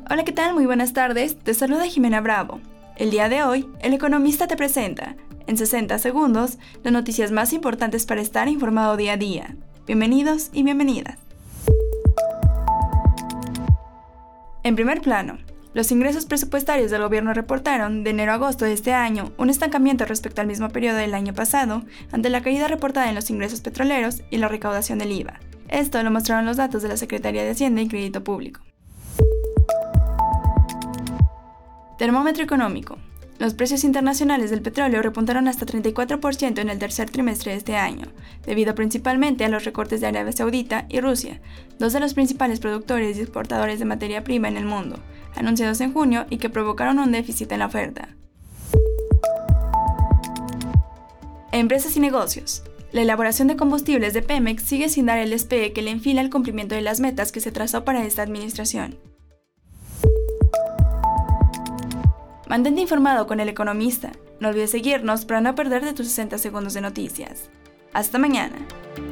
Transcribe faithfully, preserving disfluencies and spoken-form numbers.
Hola, ¿qué tal? Muy buenas tardes. Te saluda Jimena Bravo. El día de hoy, El Economista te presenta, en sesenta segundos, las noticias más importantes para estar informado día a día. Bienvenidos y bienvenidas. En primer plano, los ingresos presupuestarios del gobierno reportaron, de enero a agosto de este año, un estancamiento respecto al mismo periodo del año pasado, ante la caída reportada en los ingresos petroleros y la recaudación del I V A. Esto lo mostraron los datos de la Secretaría de Hacienda y Crédito Público. Termómetro económico. Los precios internacionales del petróleo repuntaron hasta treinta y cuatro por ciento en el tercer trimestre de este año, debido principalmente a los recortes de Arabia Saudita y Rusia, dos de los principales productores y exportadores de materia prima en el mundo, anunciados en junio y que provocaron un déficit en la oferta. Empresas y negocios. La elaboración de combustibles de Pemex sigue sin dar el despegue que le enfila el cumplimiento de las metas que se trazó para esta administración. Mantente informado con El Economista. No olvides seguirnos para no perderte tus sesenta segundos de noticias. Hasta mañana.